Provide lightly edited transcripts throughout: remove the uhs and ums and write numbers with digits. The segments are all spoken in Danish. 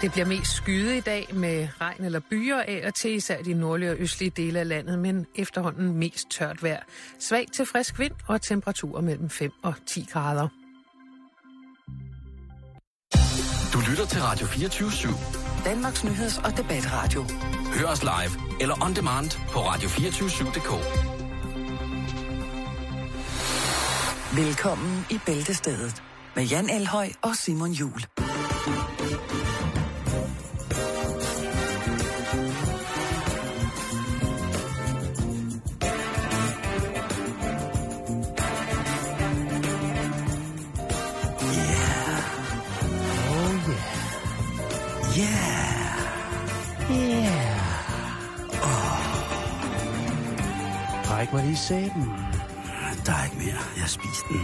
Det bliver mest skyet i dag med regn eller byer af og til, især de nordlige og østlige dele af landet, men efterhånden mest tørt vejr. Svag til frisk vind og temperaturer mellem 5 og 10 grader. Du lytter til Radio 24/7. Danmarks nyheds- og debatradio. Hør os live eller on demand på radio247.dk. Velkommen i Bæltestedet med Jan Elhøj og Simon Juhl. Træk mig lige sæben. Der er ikke mere. Jeg har spist den.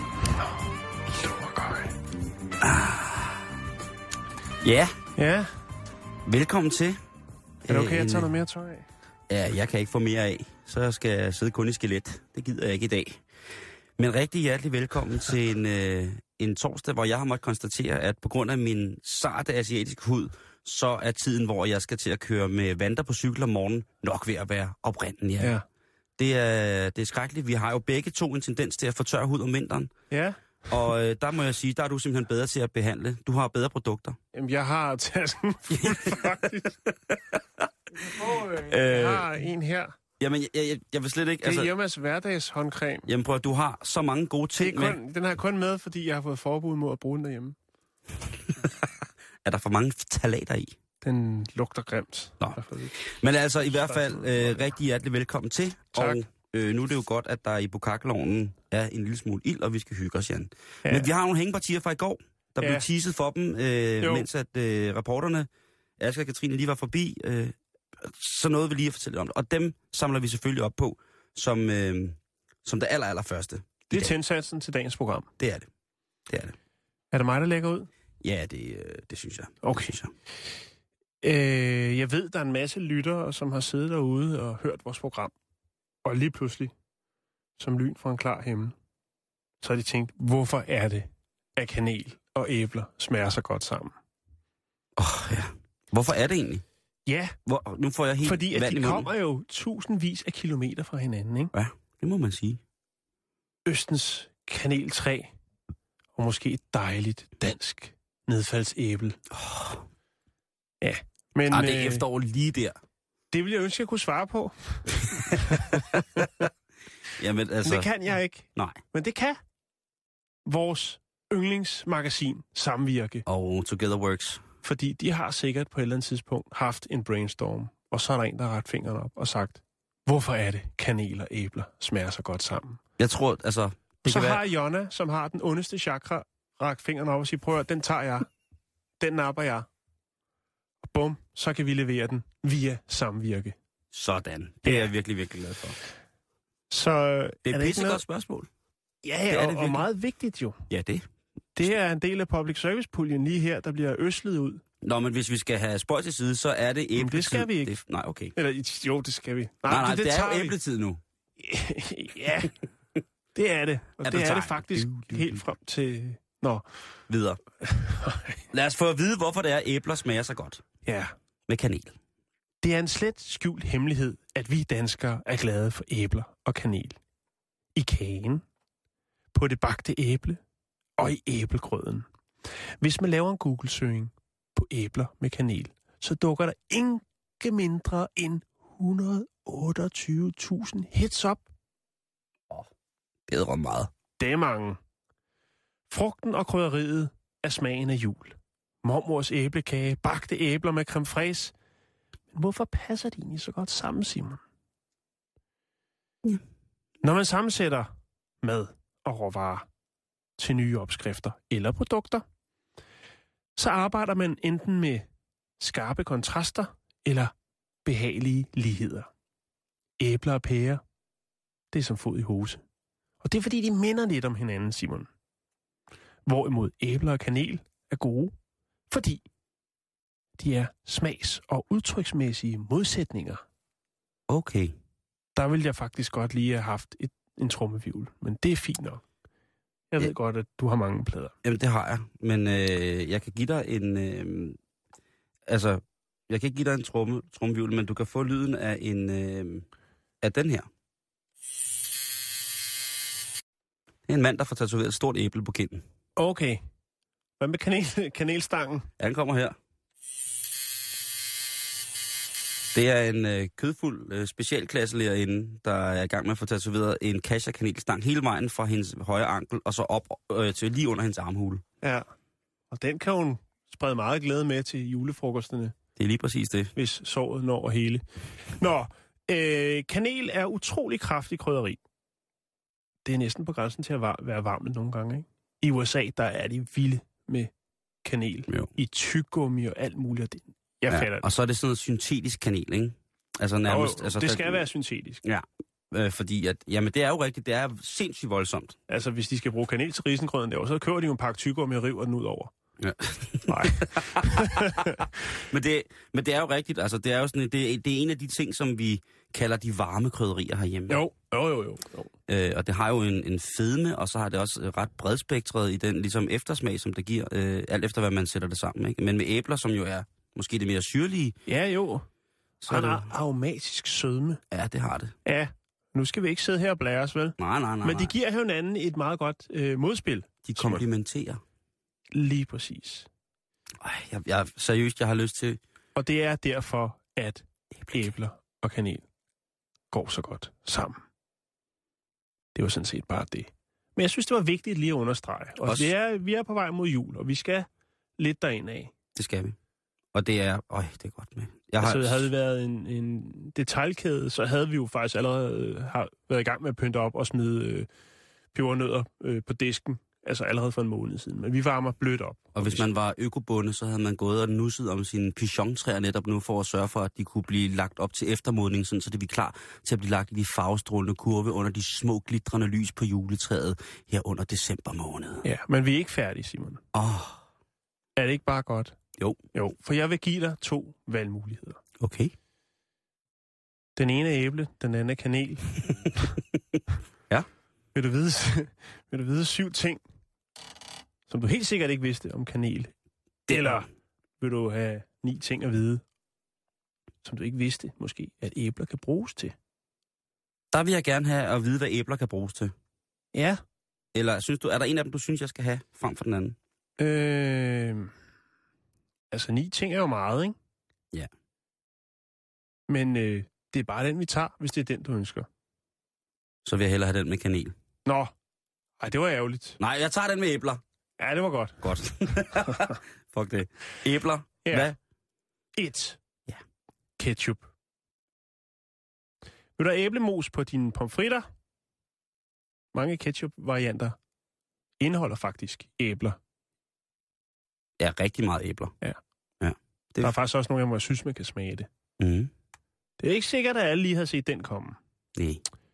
Ja. Ja. Velkommen til. Er det okay, at jeg tager noget mere tøj af? Ja, jeg kan ikke få mere af. Så skal jeg sidde kun i skelet. Det gider jeg ikke i dag. Men rigtig hjertelig velkommen til en torsdag, hvor jeg har måttet konstatere, at på grund af min sarte asiatiske hud, så er tiden, hvor jeg skal til at køre med vanter på cykel om morgenen, nok ved at være oprindelig. Ja. Det er skrækkeligt. Vi har jo begge to en tendens til at få tør hud om vinteren. Ja. Og der må jeg sige, der er du simpelthen bedre til at behandle. Du har bedre produkter. Jamen, jeg har tasken faktisk. Jeg har en her. Jamen, jeg vil slet ikke... Det er Irmas hverdagshåndcreme. Jamen prøv, du har så mange gode ting med. Den har jeg kun med, fordi jeg har fået forbud mod at bruge den derhjemme. Er der for mange ftalater i? Den lugter grimt. Nå. Men altså, i hvert fald rigtig hjertelig velkommen til. Tak. Og nu er det jo godt, at der i Bukaklovnen er en lille smule ild, og vi skal hygge os, Jan. Ja. Men vi har nogle hængepartier fra i går, der blev teaset for dem, mens at reporterne, Asger og Katrine, lige var forbi. Så nåede vi lige at fortælle om det. Og dem samler vi selvfølgelig op på, som det allerførste. Det er tændsatsen til dagens program. Det er det. Det er det. Er det mig, der lægger ud? Ja, det synes jeg. Okay. Det synes jeg. Jeg ved, der er en masse lyttere, som har siddet derude og hørt vores program. Og lige pludselig, som lyn fra en klar himmel, så har de tænkt, hvorfor er det, at kanel og æbler smager så godt sammen? Ja. Hvorfor er det egentlig? Ja, nu får jeg helt fordi at de kommer jo tusindvis af kilometer fra hinanden, ikke? Ja, det må man sige. Østens kaneltræ, og måske et dejligt dansk nedfaldsæble. Ja, men... det er efterår lige der. Det vil jeg ønske, jeg kunne svare på. Jamen, altså... Men det kan jeg ikke. Nej. Men det kan vores yndlingsmagasin Samvirke. Together Works. Fordi de har sikkert på et eller andet tidspunkt haft en brainstorm, og så er der en, der har ret fingeren op og sagt, hvorfor er det kanel og æbler smager så godt sammen? Jeg tror, altså... Så har Jonna, som har den ondeste chakra, rakt fingeren op og siger, prøv at den tager jeg. Den napper jeg. Og bum, så kan vi levere den via Samvirke. Sådan. Det er jeg virkelig, virkelig glad for. Så det er et pissegodt spørgsmål. Ja, og meget vigtigt jo. Ja, det. Det er en del af public service-puljen lige her, der bliver øslet ud. Nå, men hvis vi skal have spøj til side, så er det æbletid. Men det skal vi ikke. Nej, okay. Eller, jo, det skal vi. Nej, det er jo æbletid nu. Ja, det er det. Og det er det faktisk helt frem til... Nå. Videre. Lad os få at vide, hvorfor det er, æbler smager så godt. Ja. Med kanel. Det er en slet skjult hemmelighed, at vi danskere er glade for æbler og kanel. I kagen, på det bagte æble og i æblegrøden. Hvis man laver en Google-søgning på æbler med kanel, så dukker der ikke mindre end 128.000 hits op. Det er meget. Det er mange. Frugten og krydderiet er smagen af jul. Mormors æblekage, bagte æbler med creme fraise. Men hvorfor passer de egentlig så godt sammen, Simon? Ja. Når man sammensætter mad og råvarer til nye opskrifter eller produkter, så arbejder man enten med skarpe kontraster eller behagelige ligheder. Æbler og pærer, det er som fod i hose. Og det er fordi, de minder lidt om hinanden, Simon. Hvorimod æbler og kanel er gode, fordi de er smags- og udtryksmæssige modsætninger. Okay. Der ville jeg faktisk godt lige have haft en trommevivl, men det er fint nok. Jeg ved godt, at du har mange plader. Jamen, det har jeg, men jeg kan give dig altså, jeg kan ikke give dig en trommehjul, men du kan få lyden af af den her. Det er en mand, der får tatoveret et stort æble på kinden. Okay. Hvad med kanelstangen? Ja, den kommer her. Det er en kødfuld specialklasselærerinde, der er i gang med at få tatoveret en kasha-kanelstang hele vejen fra hendes højre ankel og så op til lige under hendes armhule. Ja, og den kan hun sprede meget glæde med til julefrokosterne. Det er lige præcis det. Hvis såret når hele. Nå, kanel er utrolig kraftig krydderi. Det er næsten på grænsen til at være varmt nogle gange, ikke? I USA, der er de vilde med kanel. Jo. I tyggegummi og alt muligt. Jeg fatter det. Og så er det sådan noget syntetisk kanel, ikke? Altså nærmest... Jo, altså, det skal være syntetisk. Ja, fordi at... Jamen, det er jo rigtigt. Det er sindssygt voldsomt. Altså, hvis de skal bruge kanel til risengrøden der, så kører de jo en pakke tyggegummi og river den ud over. Ja. Nej. men det er jo rigtigt. Altså, det er jo sådan... Det er en af de ting, som vi kalder de varme krydderier herhjemme. Jo. Og det har jo en fedme, og så har det også ret bredspektret i den ligesom eftersmag, som det giver, alt efter hvad man sætter det sammen, ikke? Men med æbler, som jo er måske det mere syrlige... Ja, jo. Så han har aromatisk sødme. Ja, det har det. Ja, nu skal vi ikke sidde her og blære os, vel? Nej. Men de giver hinanden et meget godt modspil. De komplementerer. Lige præcis. Jeg seriøst, jeg har lyst til... Og det er derfor, at æbler og kanel går så godt sammen. Det var sådan set bare det. Men jeg synes, det var vigtigt lige at understrege. Og vi er på vej mod jul, og vi skal lidt derind af. Det skal vi. Og det er... det er godt med. Havde det været en detailkæde, så havde vi jo faktisk allerede været i gang med at pynte op og smide pebernødder på disken. Altså allerede for en måned siden. Men vi varmer blødt op. Og hvis man var økobonde, så havde man gået og nusset om sine pichontræer netop nu, for at sørge for, at de kunne blive lagt op til eftermodning, sådan, så det bliver klar til at blive lagt i de farvestrålende kurve under de små glitrende lys på juletræet her under december måned. Ja, men vi er ikke færdige, Simon. Er det ikke bare godt? Jo. Jo, for jeg vil give dig 2 valgmuligheder. Okay. Den ene er æble, den anden er kanel. Ja. Vil du vide 7 ting, som du helt sikkert ikke vidste om kanel? Eller vil du have 9 ting at vide, som du ikke vidste måske, at æbler kan bruges til? Der vil jeg gerne have at vide, hvad æbler kan bruges til. Ja. Eller synes du, er der en af dem, du synes, jeg skal have frem for den anden? Altså 9 ting er jo meget, ikke? Ja. Men det er bare den, vi tager, hvis det er den, du ønsker. Så vil jeg hellere have den med kanel. Nå. Ej, det var ærgerligt. Nej, jeg tager den med æbler. Ja, det var godt. Godt. Fuck det. Æbler. Ja. Hvad? 1. Ja. Ketchup. Vil du have æblemos på dine pomfritter? Mange ketchup-varianter indeholder faktisk æbler. Ja, rigtig meget æbler. Ja. Det... Der er faktisk også nogle af dem, hvor jeg synes, man kan smage det. Mm. Det er ikke sikkert, at alle lige har set den komme. Nej.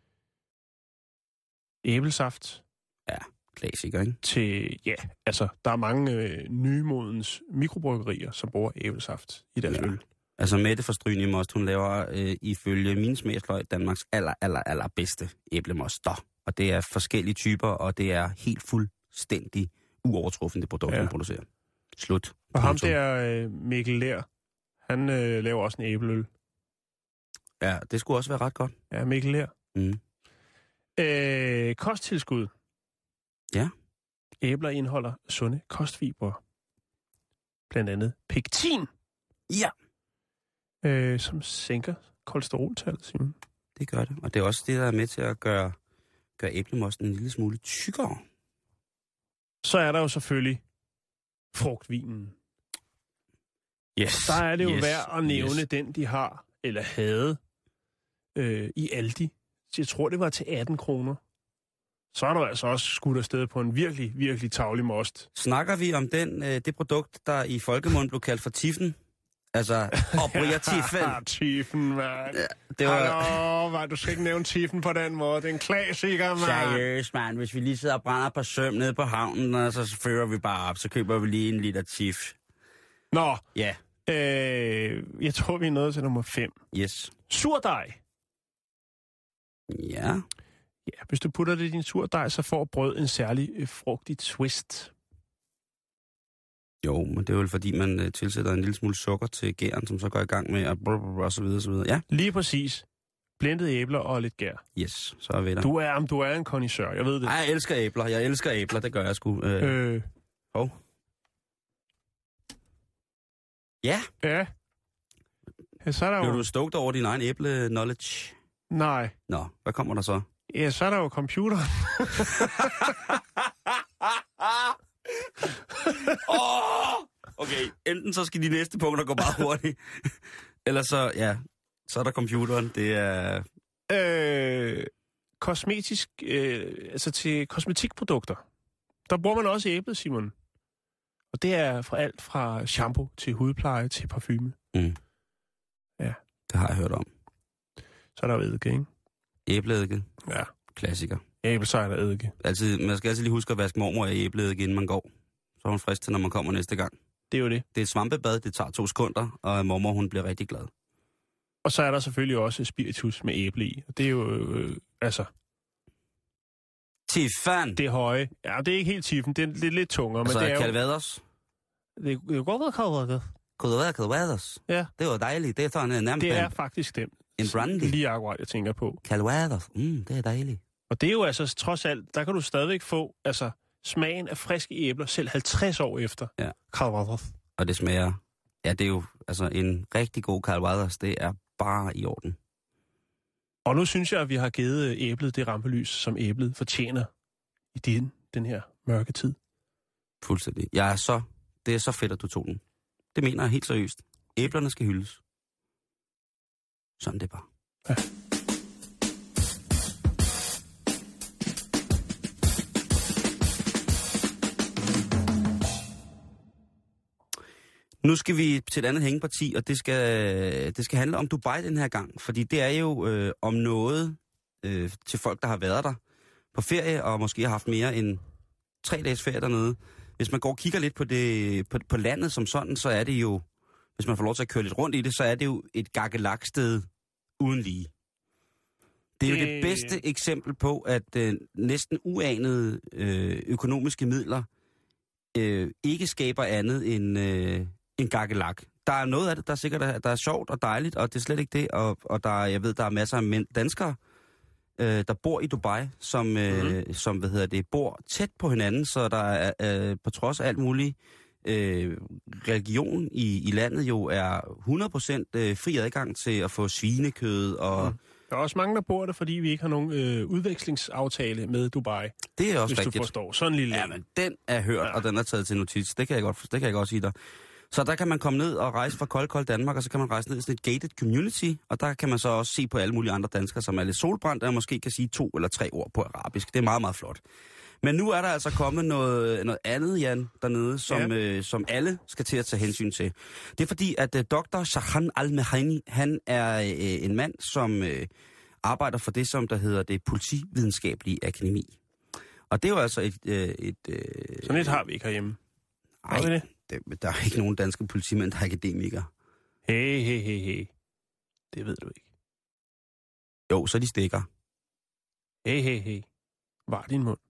Æblesaft. Ja, klassiker, ikke? Der er mange nymodens mikrobryggerier, som bruger æblesaft i deres øl. Altså Mette fra Stryge Most, hun laver ifølge min smagsløg Danmarks aller bedste æblemoster. Og det er forskellige typer, og det er helt fuldstændig uovertruffen, det produkt, hun producerer. Slut. Og ham der Mikkel Lær, han laver også en æbleøl. Ja, det skulle også være ret godt. Ja, Mikkel Lær. Mm. Kosttilskud. Ja. Æbler indeholder sunde kostfibre. Blandt andet pektin. Ja. Som sænker kolesteroltallet, Simon. Det gør det. Og det er også det, der er med til at gøre æblemosten en lille smule tykkere. Så er der jo selvfølgelig frugtvinen. Yes. Der er det jo værd at nævne den, de har, eller havde, i Aldi. Så jeg tror, det var til 18 kroner. Så er der altså også skudt afsted på en virkelig, virkelig tavlig most. Snakker vi om det produkt, der i folkemunden blev kaldt for Tiffen? Altså, opryger Tiffen. Tiffen, mand. Ja, det var... Hallo, du skal ikke nævne Tiffen på den måde. Det er en klassiker, mand. Seriøst, mand. Hvis vi lige sidder og brænder på søm nede på havnen, og så fører vi bare op, så køber vi lige en liter Tiff. Nå. Ja. Jeg tror, vi er nået til nummer 5. Yes. Surdej. Ja. Ja, hvis du putter det i din surdej, så får brød en særlig frugtig twist. Jo, men det er jo fordi, man tilsætter en lille smule sukker til gæren, som så går i gang med at og så videre, så videre. Ja. Lige præcis. Blendede æbler og lidt gær. Yes, så er vi der. Du er en connoisseur, jeg ved det. Ej, jeg elsker æbler, det gør jeg sgu. Ja. Ja. Så er der jo... Bliver du stoked over din egen æble-knowledge? Nej. Nå, hvad kommer der så? Ja, så er der jo computeren. Okay, enten så skal de næste punkter gå bare hurtigt, eller så, ja, så er der computeren, det er... Kosmetisk, altså til kosmetikprodukter, der bruger man også æblet, Simon. Og det er fra alt fra shampoo til hudpleje til parfume. Mm. Ja. Det har jeg hørt om. Så er der jo eddike, ikke? Æbleeddike. Ja. Klassiker. Æblesejt og eddike. Man skal altid lige huske at vaske mormor af æbleeddike, inden man går. Så er hun frisk til, når man kommer næste gang. Det er jo det. Det er et svampebad, det tager 2 sekunder, og mormor, hun bliver rigtig glad. Og så er der selvfølgelig også spiritus med æble i. Og det er jo, Tiffan! Det er høje. Ja, det er ikke helt tiffen. Det er lidt tungere, altså, men det er Calvados? Det er jo godt været Calvados? Ja. Det var dejligt. Det er sådan nærmest... Det er faktisk dem. En brandy? Lige akkurat, jeg tænker på. Calvados. Det er dejligt. Og det er jo altså, trods alt, der kan du stadigvæk få smagen af friske æbler, selv 50 år efter. Ja. Calvados. Og det smager... Ja, det er jo altså en rigtig god Calvados. Det er bare i orden. Og nu synes jeg, at vi har givet æblet det rampelys, som æblet fortjener i den her mørke tid. Fuldstændig. Det er så fedt, at du tog den. Det mener jeg helt seriøst. Æblerne skal hyldes. Sådan det bare. Ja. Nu skal vi til et andet hængeparti, og det skal handle om Dubai den her gang. Fordi det er jo om noget til folk, der har været der på ferie, og måske har haft mere end 3 dages ferie dernede. Hvis man går og kigger lidt på landet som sådan, så er det jo, hvis man får lov til at køre lidt rundt i det, så er det jo et gakkelak-sted uden lige. Det er jo det bedste eksempel på, at næsten uanede økonomiske midler ikke skaber andet end gakkelak. Der er noget af det, der er sikkert der er sjovt og dejligt, og det er slet ikke det. Og jeg ved, der er masser af danskere, der bor i Dubai, som bor tæt på hinanden, så der er på trods af alt muligt religion i landet jo er 100% fri adgang til at få svinekød og... Der er også mange, der bor der, fordi vi ikke har nogen udvekslingsaftale med Dubai. Det er også hvis rigtigt. Du forstår. Sådan en lille... Ja, men den er hørt, og den er taget til notits. Det kan jeg godt sige dig. Så der kan man komme ned og rejse fra kold Danmark, og så kan man rejse ned i sådan et gated community, og der kan man så også se på alle mulige andre danskere, som er lidt solbrændte, og måske kan sige 2 eller 3 ord på arabisk. Det er meget, meget flot. Men nu er der altså kommet noget andet, Jan, dernede, som alle skal til at tage hensyn til. Det er fordi, at Dr. Shahan Al-Mehani, han er en mand, som arbejder for det, som der hedder det politividenskabelige akademi. Og det er jo altså sådan et har vi ikke herhjemme. Nej, der er ikke nogen danske politimænd, der er akademikere. Hey. Det ved du ikke. Jo, så de stikker. Hey. Var din mund.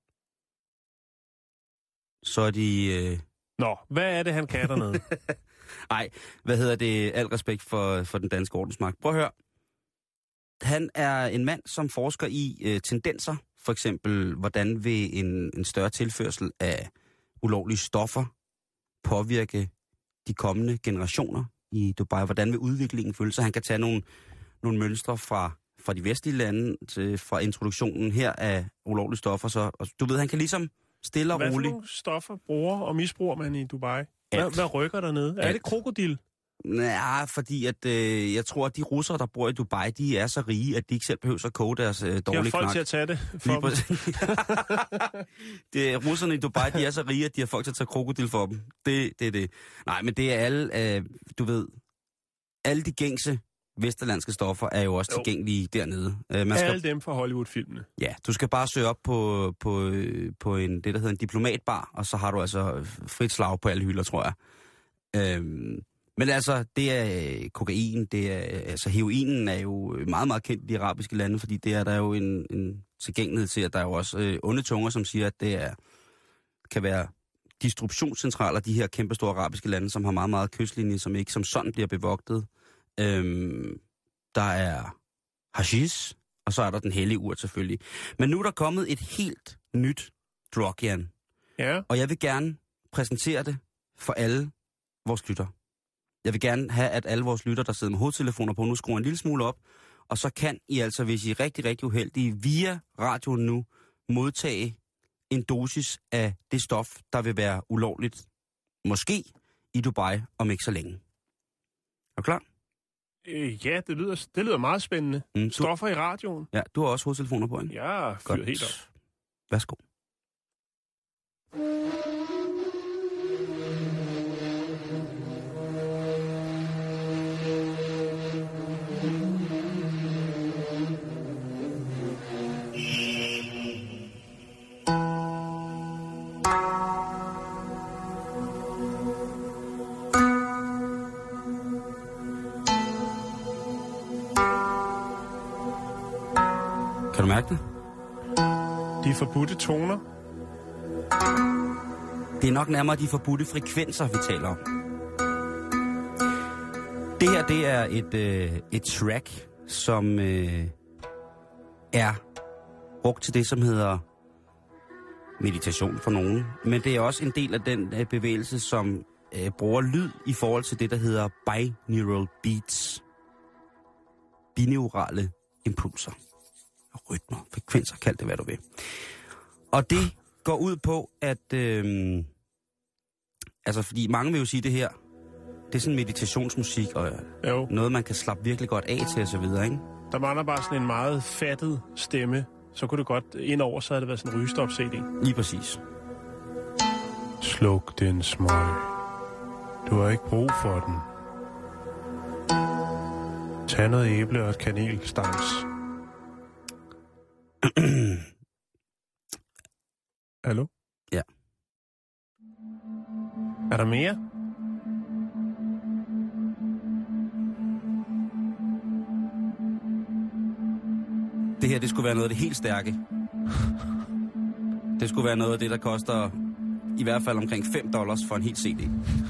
Så er de... Nå, hvad er det, han kan dernede? Nej, al respekt for den danske ordensmagt. Prøv at høre. Han er en mand, som forsker i tendenser. For eksempel, hvordan vil en større tilførsel af ulovlige stoffer påvirke de kommende generationer i Dubai? Hvordan vil udviklingen føles? Så han kan tage nogle mønstre fra de vestlige lande fra introduktionen her af ulovlige stoffer. Så du ved, han kan ligesom stille og roligt... Hvad for nogle stoffer bruger og misbruger man i Dubai? Hvad rykker dernede? Er det krokodil? Nej, fordi at, jeg tror, at de russere, der bor i Dubai, de er så rige, at de ikke selv behøver at koge deres dårlige knak. De har folk til at tage det for dem. Russerne i Dubai, de er så rige, at de har folk til at tage krokodil for dem. Det er det. Nej, men det er alle, du ved, alle de gængse vesterlandske stoffer er jo også tilgængelige dernede. Alle dem fra Hollywood-filmene. Ja, du skal bare søge op på det, der hedder en diplomatbar, og så har du altså frit slag på alle hylder, tror jeg. Men altså, det er kokain, altså heroinen er jo meget, meget kendt i de arabiske lande, fordi det er der jo en tilgængelighed til, at der er jo også onde tunger, som siger, at det kan være distributionscentraler, de her kæmpe store arabiske lande, som har meget, meget kystlinje, som ikke som sådan bliver bevogtet. Der er hashish, og så er der den hellige urt selvfølgelig. Men nu er der kommet et helt nyt drug, Jan. Ja. Og jeg vil gerne præsentere det for alle vores lytter. Jeg vil gerne have, at alle vores lytter, der sidder med hovedtelefoner på, nu skruer en lille smule op, og så kan I altså, hvis I er rigtig, rigtig uheldige, via radioen nu, modtage en dosis af det stof, der vil være ulovligt, måske i Dubai om ikke så længe. Er du klar? Ja, det lyder meget spændende. Stoffer i radioen. Ja, du har også hovedtelefoner på, ikke? Ja, fyret helt op. Værsgo. Kan du mærke det? De forbudte toner. Det er nok nærmere de forbudte frekvenser, vi taler om. Det her, det er et track, som er brugt til det, som hedder meditation for nogen. Men det er også en del af den bevægelse, som bruger lyd i forhold til det, der hedder binaural beats. Binaurale impulser. Rytmer, frekvenser, kald det hvad du vil. Og det går ud på, at altså fordi mange vil jo sige det her, det er sådan meditationsmusik, og noget man kan slappe virkelig godt af til og så videre, ikke? Der mangler bare sådan en meget fattet stemme, så kunne det godt indover, så havde det været sådan en rygestop-CD. Lige præcis. Sluk den smøg. Du har ikke brug for den. Tag noget æble og et kanelstans. Hallo? Ja. Er der mere? Det her, det skulle være noget af det helt stærke. Det skulle være noget af det, der koster i hvert fald omkring $5 for en hel CD.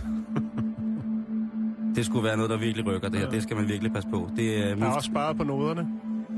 Det skulle være noget, der virkelig rykker det her. Det skal man virkelig passe på. Jeg har også sparet på noderne.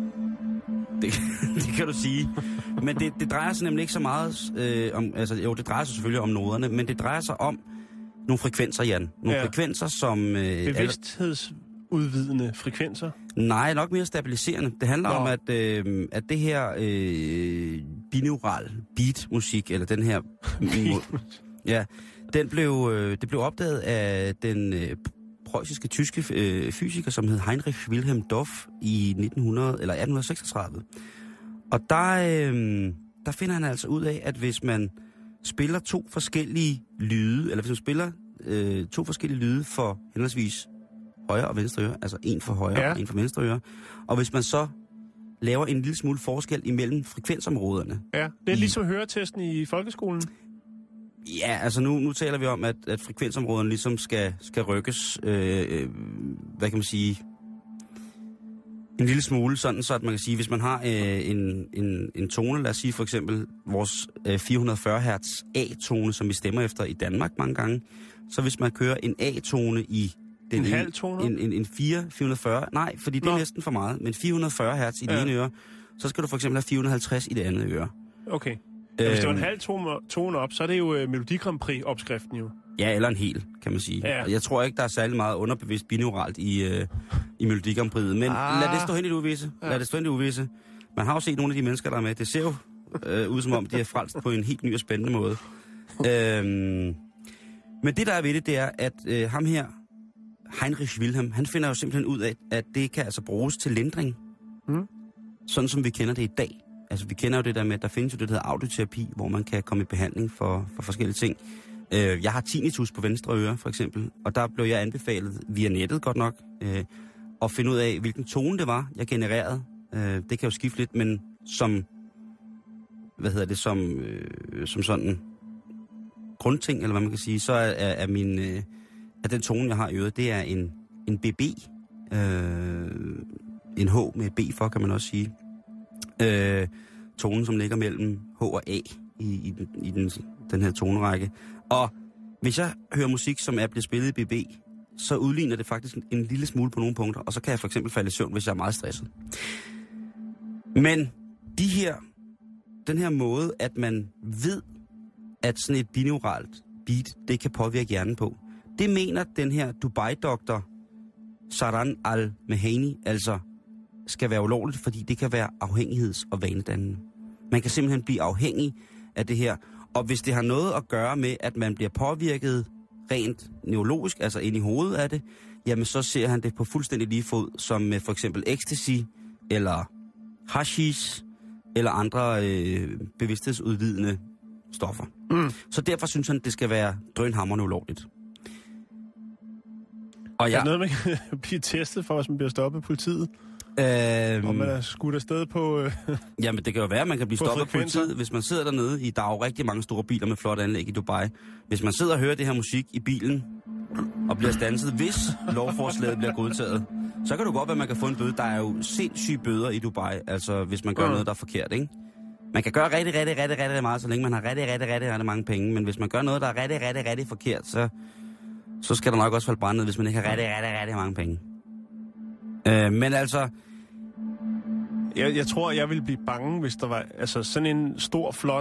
Det kan du sige. Men det drejer sig nemlig ikke så meget om... Altså, jo, det drejer sig selvfølgelig om noderne, men det drejer sig om nogle frekvenser, Jan. Nogle frekvenser, som... Bevidsthedsudvidende frekvenser? Nej, nok mere stabiliserende. Det handler om, at det her binaural beat-musik, eller den her... ja, det blev opdaget af den preussiske tyske fysiker, som hed Heinrich Wilhelm Dorf i 1836. Og der finder han altså ud af, at hvis man spiller to forskellige lyde for henholdsvis højre og venstre øre, altså en for højre og en for venstre øre, og hvis man så laver en lille smule forskel imellem frekvensområderne. Ja, det er ligesom høretesten i folkeskolen. Ja, altså nu taler vi om, at frekvensområderne ligesom skal rykkes, hvad kan man sige, en lille smule, sådan så at man kan sige, hvis man har en tone, lad os sige for eksempel vores 440 Hz A-tone, som vi stemmer efter i Danmark mange gange, så hvis man kører en A-tone i en halv tone? En 440, nej, fordi det er næsten for meget, men 440 Hz i det ene øre, så skal du for eksempel have 450 i det andet øre. Okay. Ja, hvis det var en halv tone op, så er det jo Melodi Grand Prix-opskriften jo. Ja, eller en hel, kan man sige. Ja. Jeg tror ikke, der er særlig meget underbevidst binauralt i Melodi Grand Prix, men lad det stå hen i det uvisse. Ja. Lad det stå hen i det uvisse. Man har jo set nogle af de mennesker, der er med. Det ser jo ud som om, de er frelst på en helt ny og spændende måde. Men det, der er ved det er, at ham her, Heinrich Wilhelm, han finder jo simpelthen ud af, at det kan altså bruges til lindring. Sådan som vi kender det i dag. Altså, vi kender jo det der med, at der findes jo det, der hedder audioterapi, hvor man kan komme i behandling for forskellige ting. Jeg har tinnitus på venstre øre, for eksempel, og der blev jeg anbefalet via nettet godt nok, at finde ud af, hvilken tone det var, jeg genererede. Det kan jo skifte lidt, men som sådan grundting, eller hvad man kan sige, så er den tone, jeg har i øret, det er en BB, en H med B for, kan man også sige. Tonen, som ligger mellem H og A i den her tonerække. Og hvis jeg hører musik, som er blevet spillet i BB, så udligner det faktisk en lille smule på nogle punkter, og så kan jeg for eksempel falde i søvn, hvis jeg er meget stresset. Men den her måde, at man ved, at sådan et binauralt beat, det kan påvirke hjernen på, det mener den her Dubai-doktor Saran Al-Mehani altså skal være ulovligt, fordi det kan være afhængigheds- og vanedannende. Man kan simpelthen blive afhængig af det her, og hvis det har noget at gøre med, at man bliver påvirket rent neurologisk, altså ind i hovedet af det, jamen så ser han det på fuldstændig lige fod, som med for eksempel ecstasy, eller hashish, eller andre bevidsthedsudvidende stoffer. Så derfor synes han, det skal være drønhamrende ulovligt. Og er det noget, man kan blive testet for, hvis man bliver stoppet af politiet? Og man er skudt afsted på... Jamen, det kan jo være, at man kan blive stoppet af politiet, hvis man sidder dernede. Der er jo rigtig mange store biler med flot anlæg i Dubai. Hvis man sidder og hører det her musik i bilen, og bliver standset, hvis lovforslaget bliver godtaget, så kan det godt være, at man kan få en bøde. Der er jo sindssyge bøder i Dubai, altså hvis man gør noget, der er forkert, ikke? Man kan gøre rigtig meget, så længe man har rigtig mange penge. Men hvis man gør noget, der er rigtig forkert, så skal der nok også falde brand ned, hvis man ikke har rigtig mange penge. Men altså... Jeg tror, jeg ville blive bange, hvis der var sådan en stor, flot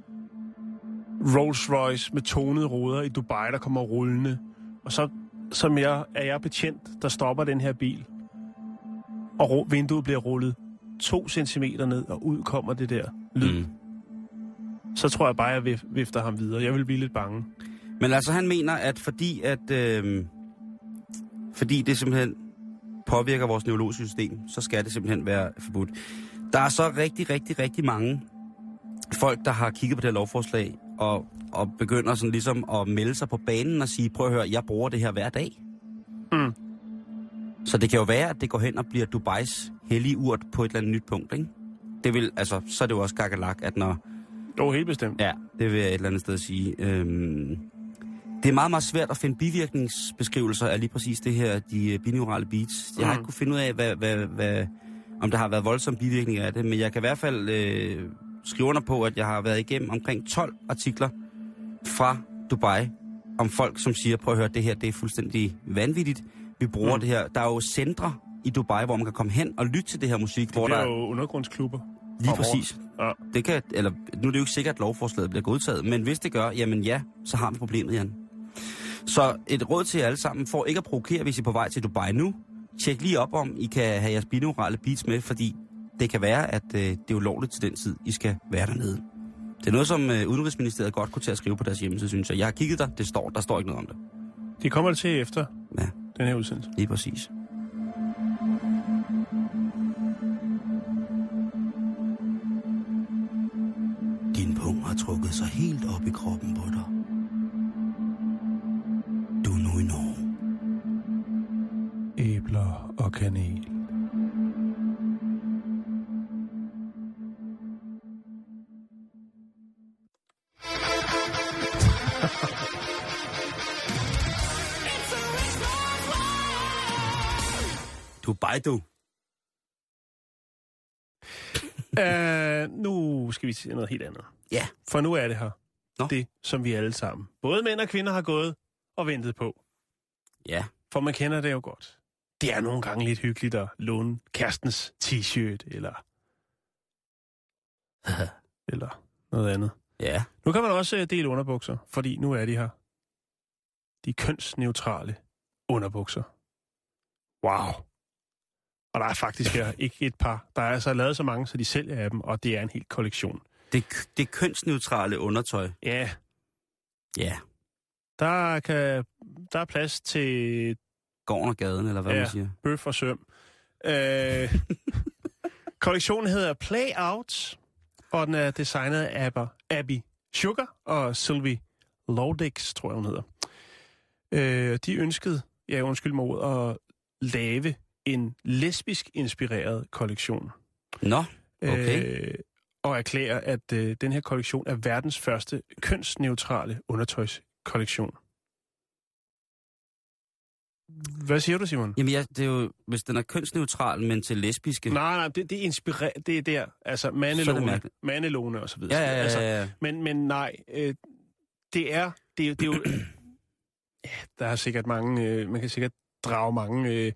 Rolls Royce med tonede ruder i Dubai, der kommer rullende. Og så er jeg betjent, der stopper den her bil. Og vinduet bliver rullet 2 centimeter ned, og ud kommer det der lyd. Så tror jeg bare, jeg vifter ham videre. Jeg vil blive lidt bange. Men altså, han mener, at fordi det simpelthen påvirker vores neurologiske system, så skal det simpelthen være forbudt. Der er så rigtig mange folk, der har kigget på det her lovforslag, og begynder sådan ligesom at melde sig på banen og sige, prøv at høre, jeg bruger det her hver dag. Så det kan jo være, at det går hen og bliver Dubais hellige urt på et eller andet nyt punkt, ikke? Det vil, altså, så er det jo også gagalak, at når... Helt bestemt. Ja, det vil jeg et eller andet sted sige. Det er meget, meget svært at finde bivirkningsbeskrivelser af lige præcis det her, de binaurale beats. Jeg har ikke kunnet finde ud af, om der har været voldsomme bivirkninger af det, men jeg kan i hvert fald skrive under på, at jeg har været igennem omkring 12 artikler fra Dubai om folk, som siger, prøv at høre, det her, det er fuldstændig vanvittigt. Vi bruger det her. Der er jo centre i Dubai, hvor man kan komme hen og lytte til det her musik. Det bliver jo undergrundsklubber. Lige præcis. Ja. Nu er det jo ikke sikkert, at lovforslaget bliver godtaget, men hvis det gør, jamen ja, så har vi problemet, Jan. Så et råd til jer alle sammen, for ikke at provokere, hvis I er på vej til Dubai nu, tjek lige op, om I kan have jeres binaurale beats med, fordi det kan være, at det er ulovligt til den tid, I skal være dernede. Det er noget, som Udenrigsministeriet godt kunne til at skrive på deres hjemmeside, synes jeg. Jeg har kigget der står ikke noget om det. De kommer til efter den her udsendelse. Lige præcis. Din pung har trukket sig helt op i kroppen på dig. Du er nu i Norge. Æbler og kanel. Dubai, du. Nu skal vi se noget helt andet. Ja. For nu er det her. Nå. Det, som vi alle sammen, både mænd og kvinder, har gået og ventet på. Ja. For man kender det jo godt. Det er nogle gange lidt hyggeligt at låne kærestens t-shirt, eller noget andet. Ja. Nu kan man også dele underbukser, fordi nu er de her. De kønsneutrale underbukser. Wow. Og der er faktisk ikke et par. Der er altså lavet så mange, så de sælger af dem, og det er en hel kollektion. Det kønsneutrale undertøj. Ja. Ja. Der er plads til... Gården og gaden, eller hvad man siger. Bøf og søm. Kollektionen hedder Play Out, og den er designet af Abby Sugar og Sylvie Lodix, tror jeg, hun hedder. De ønskede, undskyld mig ordet, at lave en lesbisk inspireret kollektion. Nå, okay. Og erklære, at den her kollektion er verdens første kønsneutrale undertøjskollektion. Hvad siger du, Simon? Jamen, det er jo, hvis den er kønsneutral, men til lesbiske... Nej, det er det er der. Altså, mandelone og så videre. Ja. Altså, men nej, det er jo... Ja, der er sikkert mange... man kan sikkert drage mange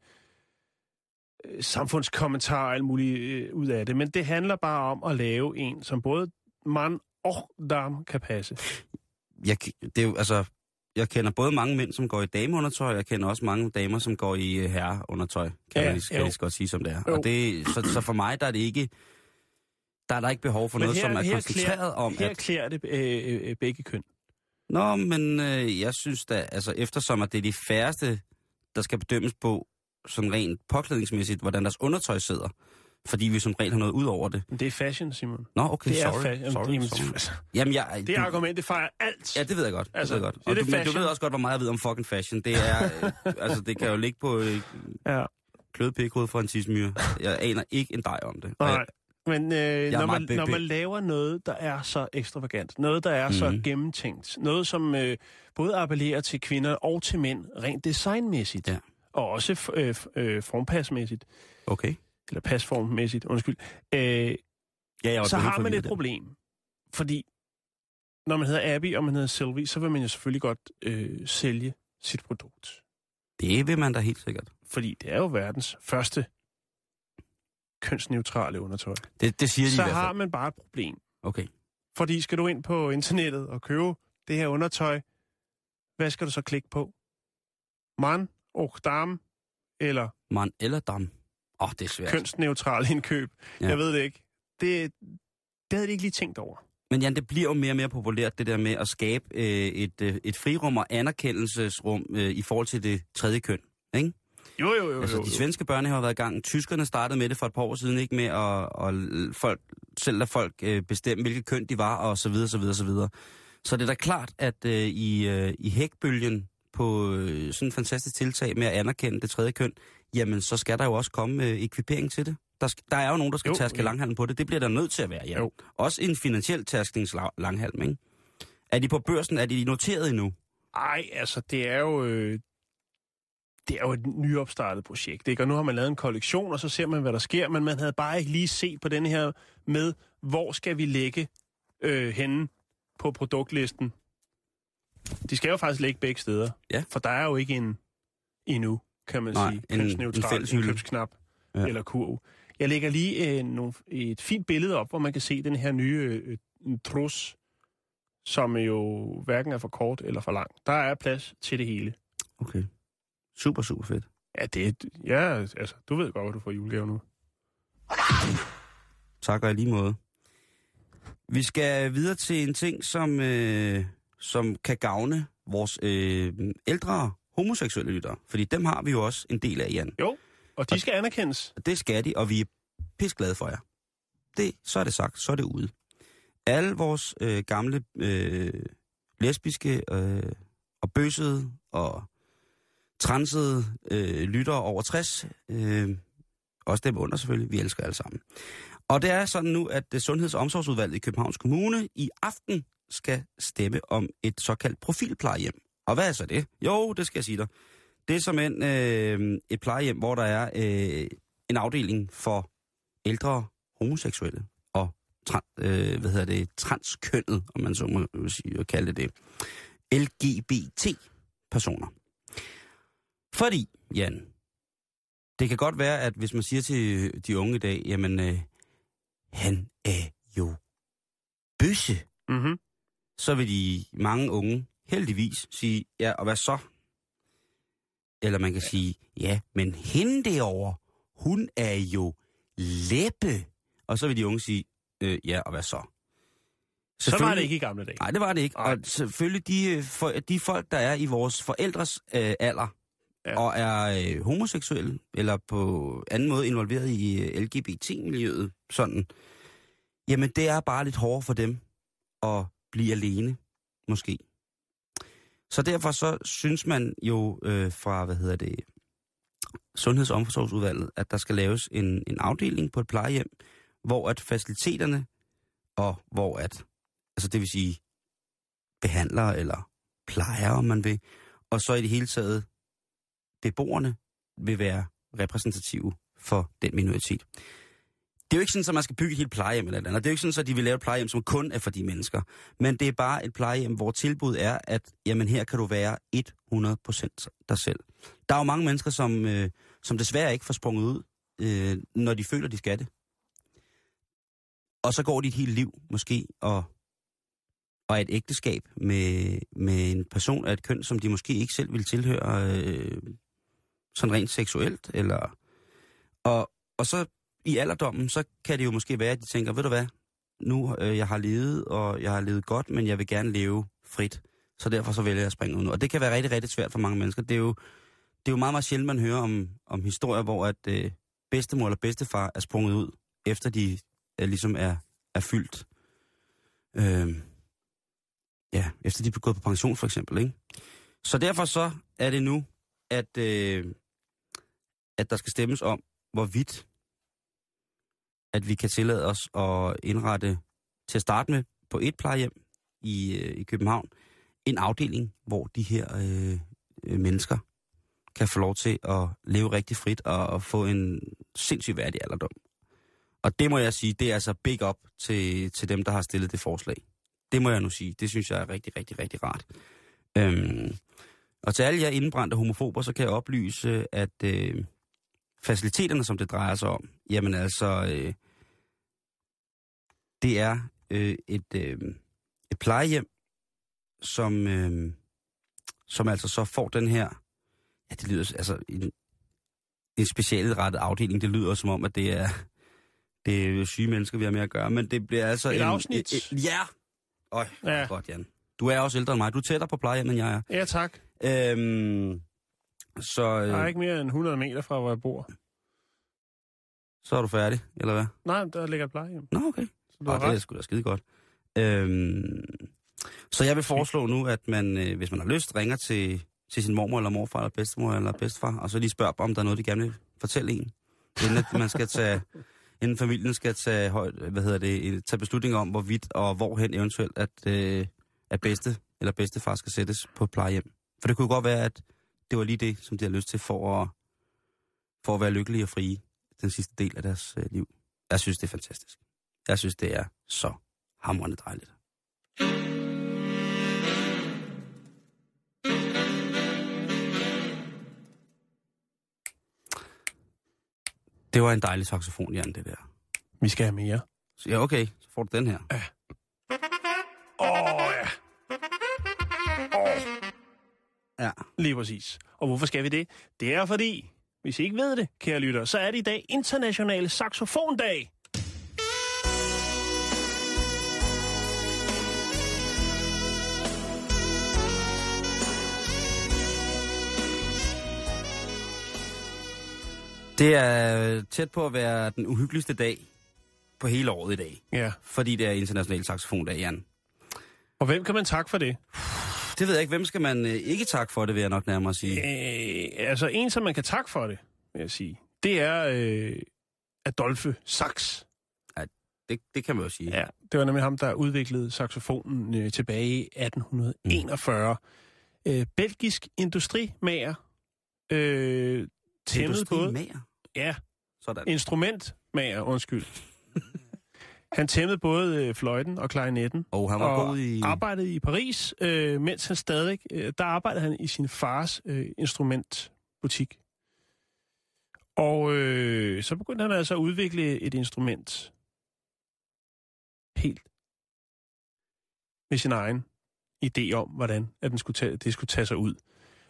samfundskommentarer og alt muligt ud af det, men det handler bare om at lave en, som både mand og dame kan passe. Det er jo, altså... Jeg kender både mange mænd, som går i dameundertøj, og jeg kender også mange damer, som går i herreundertøj, kan jeg lige godt sige, som det er. Og det, så for mig, der er det ikke... Der er der ikke behov for noget, som er koncentreret om... Her klæder det begge køn. Nå, men jeg synes da, altså eftersom at det er de færreste, der skal bedømmes på sådan rent påklædningsmæssigt, hvordan deres undertøj sidder. Fordi vi som regel har noget ud over det. Men det er fashion, Simon. Nå, okay, det sorry. Sorry. Jamen, det argument, det fejrer alt. Ja, det ved jeg godt. Altså, det ved jeg godt. Men du ved også godt, hvor meget jeg ved om fucking fashion. Det er, altså, det kan jo ligge på klødepikhoved fra en tidsmyre. Jeg aner ikke en dej om det. Nej. Men når man laver noget, der er så ekstravagant, noget, der er så gennemtænkt, noget, som både appellerer til kvinder og til mænd, rent designmæssigt, og også formpasmæssigt, eller pasformmæssigt, undskyld, så har man et problem. Fordi når man hedder Abby, og man hedder Sylvie, så vil man jo selvfølgelig godt sælge sit produkt. Det vil man da helt sikkert. Fordi det er jo verdens første kønsneutrale undertøj. Det siger de så i hvert fald. har man bare et problem. Okay. Fordi skal du ind på internettet og købe det her undertøj, hvad skal du så klikke på? Man og dame, eller... Man eller dame. Det er svært. Kønsneutral indkøb. Ja. Jeg ved det ikke. Det havde de ikke lige tænkt over. Men Jan, det bliver jo mere og mere populært, det der med at skabe et frirum og anerkendelsesrum i forhold til det tredje køn, ikke? Jo. Altså, de svenske børnehaver har været i gang. Tyskerne startede med det for et par år siden, ikke? Med at selv lade folk bestemme, hvilket køn de var, og så videre, så videre, så videre. Så det er da klart, at i hækbølgen på sådan en fantastisk tiltag med at anerkende det tredje køn, jamen, så skal der jo også komme ekvipering til det. Der er jo nogen, der skal tærske langhalm på det. Det bliver der nødt til at være, ja. Også en finansiel tærskningslanghalm, ikke? Er de på børsen? Er de noteret endnu? Ej, altså, det er jo et nyopstartet projekt, ikke? Og nu har man lavet en kollektion, og så ser man, hvad der sker, men man havde bare ikke lige set på den her med, hvor skal vi lægge henne på produktlisten. De skal jo faktisk ligge begge steder, for der er jo ikke en endnu, kan man sige, kønsneutral indkøbsknap eller kurv. Jeg lægger lige et fint billede op, hvor man kan se den her nye trus, som jo hverken er for kort eller for lang. Der er plads til det hele. Okay. Super, super fedt. Ja, altså, du ved godt, hvad du får julegave nu. Tak og i lige måde. Vi skal videre til en ting, som kan gavne vores ældre homoseksuelle lyttere. Fordi dem har vi jo også en del af, Jan. Jo, og de skal anerkendes. Det skal de, og vi er pisseglade for jer. Så er det sagt, så er det ude. Alle vores gamle lesbiske og bøssede og transede lyttere over 60, også dem under selvfølgelig, vi elsker alle sammen. Og det er sådan nu, at Sundheds- og Omsorgsudvalget i Københavns Kommune i aften skal stemme om et såkaldt profilplejehjem. Og hvad er så det? Jo, det skal jeg sige dig. Det er simpelthen et plejehjem, hvor der er en afdeling for ældre homoseksuelle og transkønnet, om man så må sige og kalde det, LGBT-personer. Fordi, Jan, det kan godt være, at hvis man siger til de unge i dag, jamen, han er jo bøsse, så vil de mange unge heldigvis sige, ja, og hvad så? Eller man kan sige, ja, men hende derovre, hun er jo læppe. Og så vil de unge sige, ja, og hvad så? Så var det ikke i gamle dage. Nej, det var det ikke. Og selvfølgelig de folk, der er i vores forældres alder, og er homoseksuelle, eller på anden måde involveret i LGBT-miljøet, sådan, jamen det er bare lidt hårdere for dem at blive alene, måske. Så derfor så synes man jo fra, Sundheds- og Omsorgsudvalget, at der skal laves en afdeling på et plejehjem, hvor at faciliteterne, og hvor at, altså det vil sige behandlere eller plejere, om man vil, og så i det hele taget beboerne vil være repræsentative for den minoritet. Det er jo ikke sådan, at man skal bygge et helt plejehjem eller andet. Det er jo ikke sådan, at de vil lave et plejehjem, som kun er for de mennesker. Men det er bare et plejehjem, hvor tilbuddet er, at jamen, her kan du være 100% dig selv. Der er jo mange mennesker, som desværre ikke får sprunget ud, når de føler, de skal det. Og så går de et helt liv, måske, og et ægteskab med en person af et køn, som de måske ikke selv vil tilhøre sådan rent seksuelt. Og så i alderdommen, så kan det jo måske være, at de tænker, ved du hvad, nu jeg har levet, og jeg har levet godt, men jeg vil gerne leve frit. Så derfor så vælger jeg at springe ud nu. Og det kan være rigtig, rigtig svært for mange mennesker. Det er jo meget, meget sjældent, man hører om historier, hvor at bedstemor eller bedstefar er sprunget ud, efter de ligesom er fyldt. Efter de er gået på pension for eksempel, ikke? Så derfor så er det nu, at der skal stemmes om, hvorvidt at vi kan tillade os at indrette, til at starte med, på et plejehjem i København, en afdeling, hvor de her mennesker kan få lov til at leve rigtig frit og få en sindssygt værdig alderdom. Og det må jeg sige, det er altså big up til dem, der har stillet det forslag. Det må jeg nu sige. Det synes jeg er rigtig, rigtig, rigtig rart. Og til alle jer indbrændte homofober, så kan jeg oplyse, at faciliteterne, som det drejer sig om, jamen altså, det er et plejehjem, som altså så får den her, ja, det lyder altså en specialrettet afdeling. Det lyder som om, at det er syge mennesker, vi har med at gøre, men det bliver altså et afsnit. Ja. Ja. Godt, Jan. Du er også ældre end mig. Du er tættere på plejehjem, end jeg er. Ja, tak. Så jeg er ikke mere end 100 meter fra, hvor jeg bor. Så er du færdig, eller hvad? Nej, der ligger et plejehjem. Nå, okay. Det er sgu da skide godt. Så jeg vil foreslå nu, at man, hvis man har lyst, ringer til sin mormor eller morfar eller bedstemor eller bedstefar, og så lige spørger om der er noget, de gerne vil fortælle en. Inden familien skal tage beslutninger om, hvorvidt og hvorhen eventuelt, at bedste eller bedstefar skal sættes på plejehjem. For det kunne godt være, at det var lige det, som de har lyst til for at være lykkelige og frie den sidste del af deres liv. Jeg synes, det er fantastisk. Jeg synes, det er så hamrende dejligt. Det var en dejlig saxofon, Jan, det der. Vi skal have mere. Ja, okay. Så får du den her. Ja. Ja. Lige præcis. Og hvorfor skal vi det? Det er fordi, hvis I ikke ved det, kære lytter, så er det i dag International Saxofondag. Det er tæt på at være den uhyggeligste dag på hele året i dag. Ja. Fordi det er International Saxofondag, Jan. Og hvem kan man takke for det? Det ved jeg ikke. Hvem skal man ikke takke for det, vil jeg nok nærmere sige. Altså en, som man kan takke for det, vil jeg sige, det er Adolphe Sax. Ja, det kan man jo sige. Ja, det var nemlig ham, der udviklede saxofonen tilbage i 1841. Belgisk industrimager. Industrimager? Ja, sådan. Instrumentmager, undskyld. Han tæmmede både fløjten og klarinetten. Og han var god i... arbejdede i Paris, mens han stadig... der arbejdede han i sin fars instrumentbutik. Og så begyndte han altså at udvikle et instrument helt med sin egen idé om, hvordan at det skulle tage sig ud.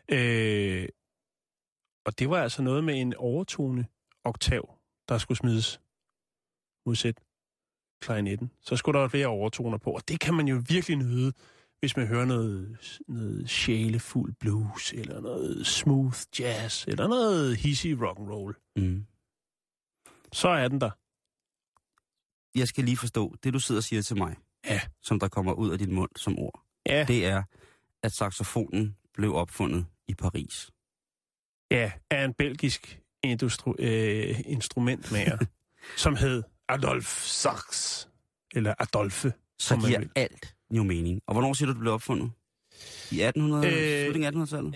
Og det var altså noget med en overtone oktav, der skulle smides modsat klarinetten. Så skulle der flere overtoner på, og det kan man jo virkelig nyde, hvis man hører noget sjælefuld blues, eller noget smooth jazz, eller noget hissig rock'n'roll. Mm. Så er den der. Jeg skal lige forstå, det du sidder og siger til mig, ja, som der kommer ud af din mund som ord, ja, det er, at saxofonen blev opfundet i Paris. Ja, af en belgisk instrumentmager, som hed Adolphe Sax, eller Adolphe. Så giver alt jo mening. Og hvornår siger du blev opfundet? I 1800, slutningen af 1800-tallet?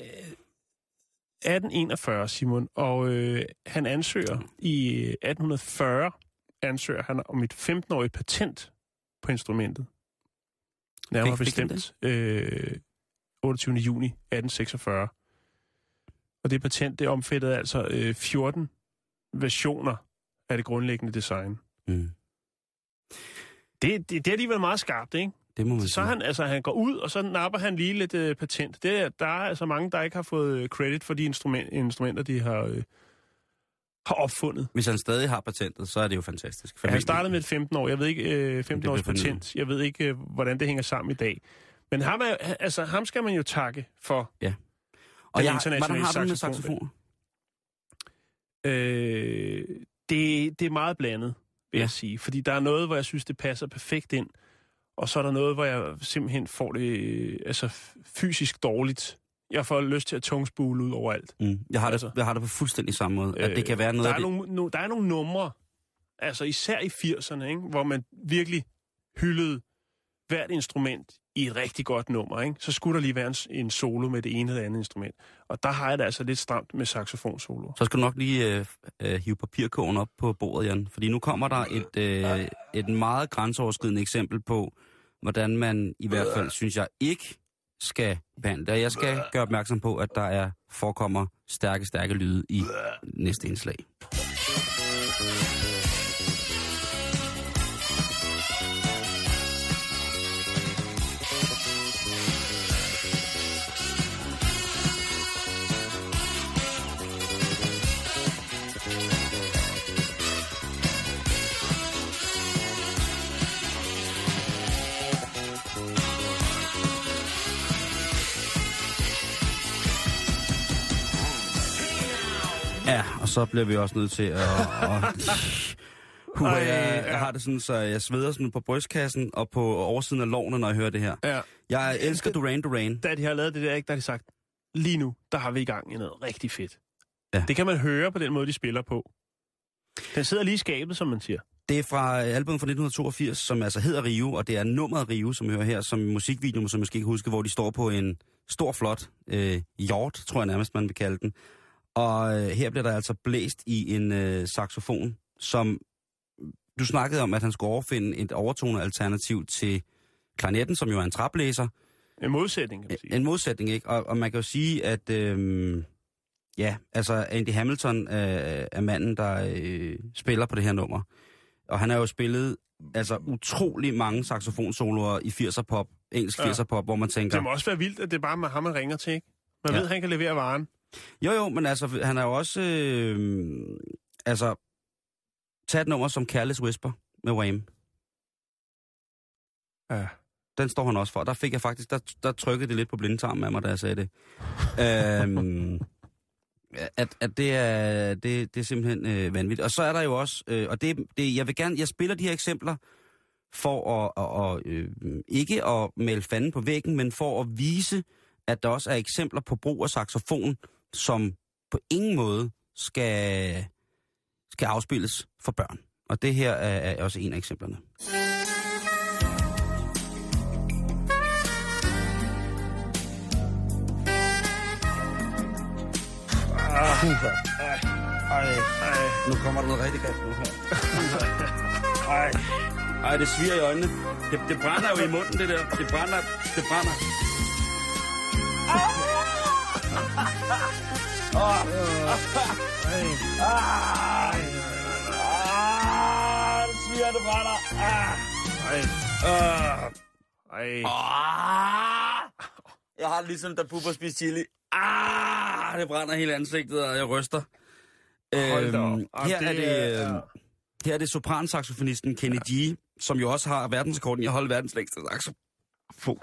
1841, Simon. Og han ansøger i 1840, ansøger han om et 15-årigt patent på instrumentet. Nærmere bestemt 28. juni 1846. Og det patent, det omfattede altså 14 versioner af det grundlæggende design. Mm. Det er alligevel meget skarpt, ikke? Det må man så han går ud, og så napper han lige lidt patent. Der er altså mange, der ikke har fået credit for de instrumenter, de har opfundet. Hvis han stadig har patentet, så er det jo fantastisk. Ja, han startede med et 15 år. Jeg ved ikke, 15 års patent. Jeg ved ikke, hvordan det hænger sammen i dag. Men ham skal man jo takke for. Ja. Og hvordan har du med saxofon? Det er meget blandet, vil jeg sige. Fordi der er noget, hvor jeg synes, det passer perfekt ind. Og så er der noget, hvor jeg simpelthen får det fysisk dårligt. Jeg får lyst til at tungspule ud overalt. Mm. Jeg har det på fuldstændig samme måde. At det kan være noget der er nogle numre, altså især i 80'erne, ikke, hvor man virkelig hyldede hvert instrument i et rigtig godt nummer. Ikke? Så skulle der lige være en solo med det ene eller andet instrument. Og der har jeg det altså lidt stramt med saxofonsolo. Så skal du nok lige hive papirkogen op på bordet, Jan. Fordi nu kommer der et meget grænseoverskridende eksempel på, hvordan man i hvert fald, synes jeg, ikke skal behandle. Jeg skal gøre opmærksom på, at der forekommer stærke lyde i næste indslag. Ja, og så bliver vi også nødt til at jeg har det sådan, så jeg sveder sådan på brystkassen og på oversiden af lårene, når jeg hører det her. Ja. Jeg elsker Duran. Da de har lavet det der, ikke, der har de sagt, lige nu, der har vi i gang i noget rigtig fedt. Ja. Det kan man høre på den måde, de spiller på. Den sidder lige i skabet, som man siger. Det er fra albumet fra 1982, som altså hedder Rio, og det er nummeret Rio, som vi hører her, som musikvideo, som jeg måske ikke huske, hvor de står på en stor, flot hjort, tror jeg nærmest, man vil kalde den. Og her bliver der altså blæst i en saxofon, som du snakkede om, at han skulle overfinde et overtone-alternativ til klarinetten, som jo er en træblæser. En modsætning, kan man sige. En modsætning, ikke? Og man kan jo sige, at altså Andy Hamilton er manden, der spiller på det her nummer. Og han har jo spillet altså utrolig mange saxofonsoloer i 80'er-pop, engelsk 80'er-pop, hvor man tænker... Det må også være vildt, at det er bare med ham, man ringer til, ikke? Man ved, at han kan levere varen. Jo, men altså, han har jo også... taget et nummer som Careless Whisper med Wham. Ja. Den står han også for. Der fik jeg faktisk... Der trykkede det lidt på blindtarmen af mig, da jeg sagde det. At det er simpelthen vanvittigt. Og så er der jo også... jeg spiller de her eksempler for ikke at male fanden på væggen, men for at vise, at der også er eksempler på brug af saxofon, som på ingen måde skal afspilles for børn. Og det her er også en af eksemplerne. Nu kommer der noget rigtig godt nu her. Ej, det sviger i øjnene. Det brænder jo i munden, det der. Det brænder. Det sviger, det brænder. Jeg har det ligesom, da Bubber spiser chili. Det brænder hele ansigtet, og jeg ryster. Her er det sopransaxofonisten Kenny G, som jo også har verdensrekorden i at holde verdens længste saxofon.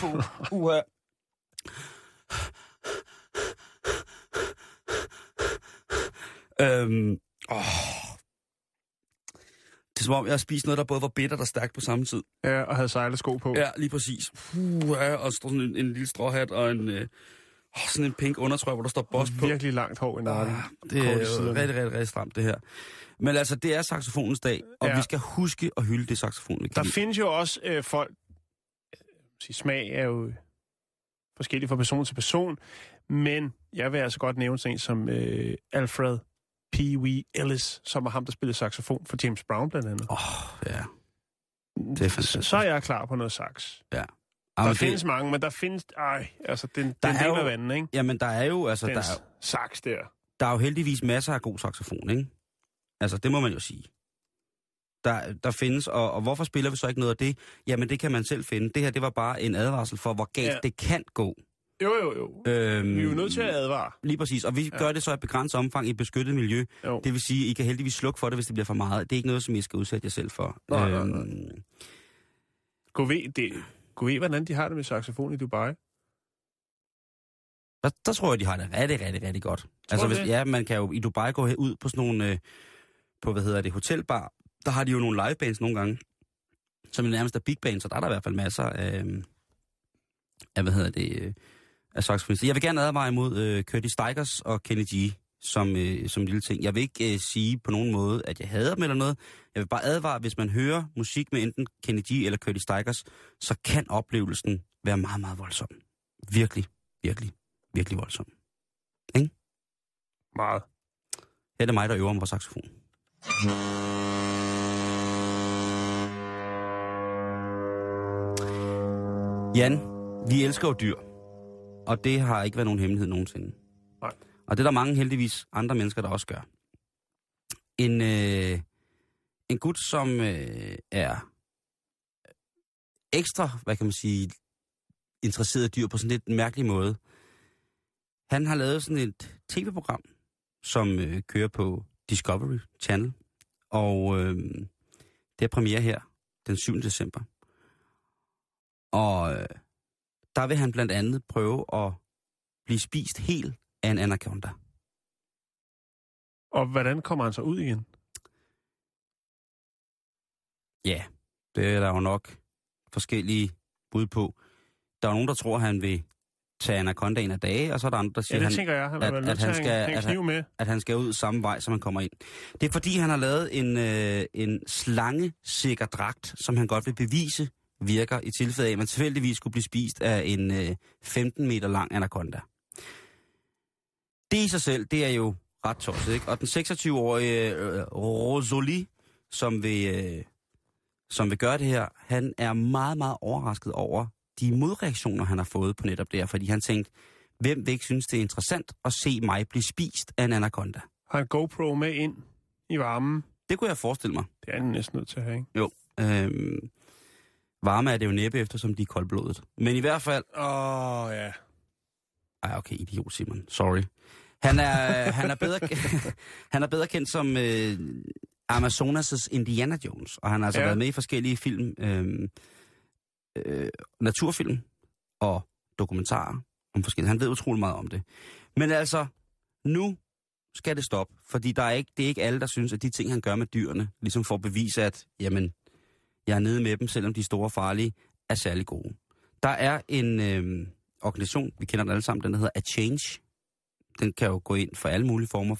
Det er som om, jeg har spist noget, der både var bitter og stærkt på samme tid. Ja, og havde sejlesko på. Ja, lige præcis. Og står sådan en lille stråhat og sådan en pink undertrøje, hvor der står boss på. Virkelig langt hår i nakken. Det er jo rigtig stramt, det her. Men altså, det er saxofonens dag, og vi skal huske at hylde det saxofon. Der findes jo også folk... Smag er jo forskellig fra person til person, men jeg vil altså godt nævne sådan en som Alfred P. Pee Wee Ellis, som er ham, der spillede saxofon for James Brown blandt andet. Ja. Det er fantastisk. Så er jeg klar på noget sax. Ja. Der findes mange, men der findes... den del af vandet, ikke? Jamen, der er jo... Altså, den sax der. Der er jo heldigvis masser af god saxofon, ikke? Altså, det må man jo sige. Der findes, og hvorfor spiller vi så ikke noget af det? Jamen, det kan man selv finde. Det her, det var bare en advarsel for, hvor galt det kan gå. Jo. Vi er jo nødt til at advare. Lige præcis, og vi gør det så i begrænset omfang i et beskyttet miljø. Jo. Det vil sige, I kan heldigvis slukke for det, hvis det bliver for meget. Det er ikke noget, som I skal udsætte jer selv for. Nej. Gå ved, hvordan de har det med saxofon i Dubai? Der tror jeg, de har det rigtig godt. Man kan jo i Dubai gå ud på sådan nogle, hotelbar. Der har de jo nogle livebands nogle gange, som er nærmest er big bands, så der er der i hvert fald masser af saxofonister. Jeg vil gerne advare imod Curtis Stigers og Kenny G som lille ting. Jeg vil ikke sige på nogen måde, at jeg hader dem eller noget. Jeg vil bare advare, hvis man hører musik med enten Kenny G eller Curtis Stigers, så kan oplevelsen være meget, meget voldsom. Virkelig, virkelig, virkelig voldsom. Ikke? Meget. Her er det mig, der øver mig på saxofon. Jan, vi elsker jo dyr. Og det har ikke været nogen hemmelighed nogensinde. Nej. Og det er der mange heldigvis andre mennesker, der også gør. En gut, som er ekstra, interesseret i dyr på sådan lidt en mærkelig måde. Han har lavet sådan et tv-program, som kører på Discovery Channel. Og det er premiere her den 7. december. Og der vil han blandt andet prøve at blive spist helt af en anaconda. Og hvordan kommer han så ud igen? Ja, det er der jo nok forskellige bud på. Der er nogen, der tror, han vil tage anacondaen af dage, og så er der andre, der siger, at han skal ud samme vej, som han kommer ind. Det er fordi, han har lavet en slangesikker dragt, som han godt vil bevise virker i tilfælde af, at man tilfældigvis skulle blive spist af en 15 meter lang anaconda. Det i sig selv, det er jo ret tosset, ikke? Og den 26-årige Rosalie, som vil gøre det her, han er meget, meget overrasket over de modreaktioner, han har fået på netop det her, fordi han tænkte, hvem vil ikke synes, det er interessant at se mig blive spist af en anaconda? Har en GoPro med ind i varmen? Det kunne jeg forestille mig. Det er han næsten nødt til at have, ikke? Jo. Varme er det jo næppe, eftersom de er koldblodet. Men i hvert fald... ja. Ej, okay, idiot, Simon. Sorry. Han er bedre kendt som Amazonas' Indiana Jones, og han har altså været med i forskellige film, naturfilm og dokumentarer om forskellige. Han ved utrolig meget om det. Men altså, nu skal det stoppe, fordi det er ikke alle, der synes, at de ting, han gør med dyrene, ligesom får bevise, at jamen, jeg er nede med dem, selvom de store farlige er særlig gode. Der er en organisation, vi kender den alle sammen, den hedder A Change. Den kan jo gå ind for alle mulige former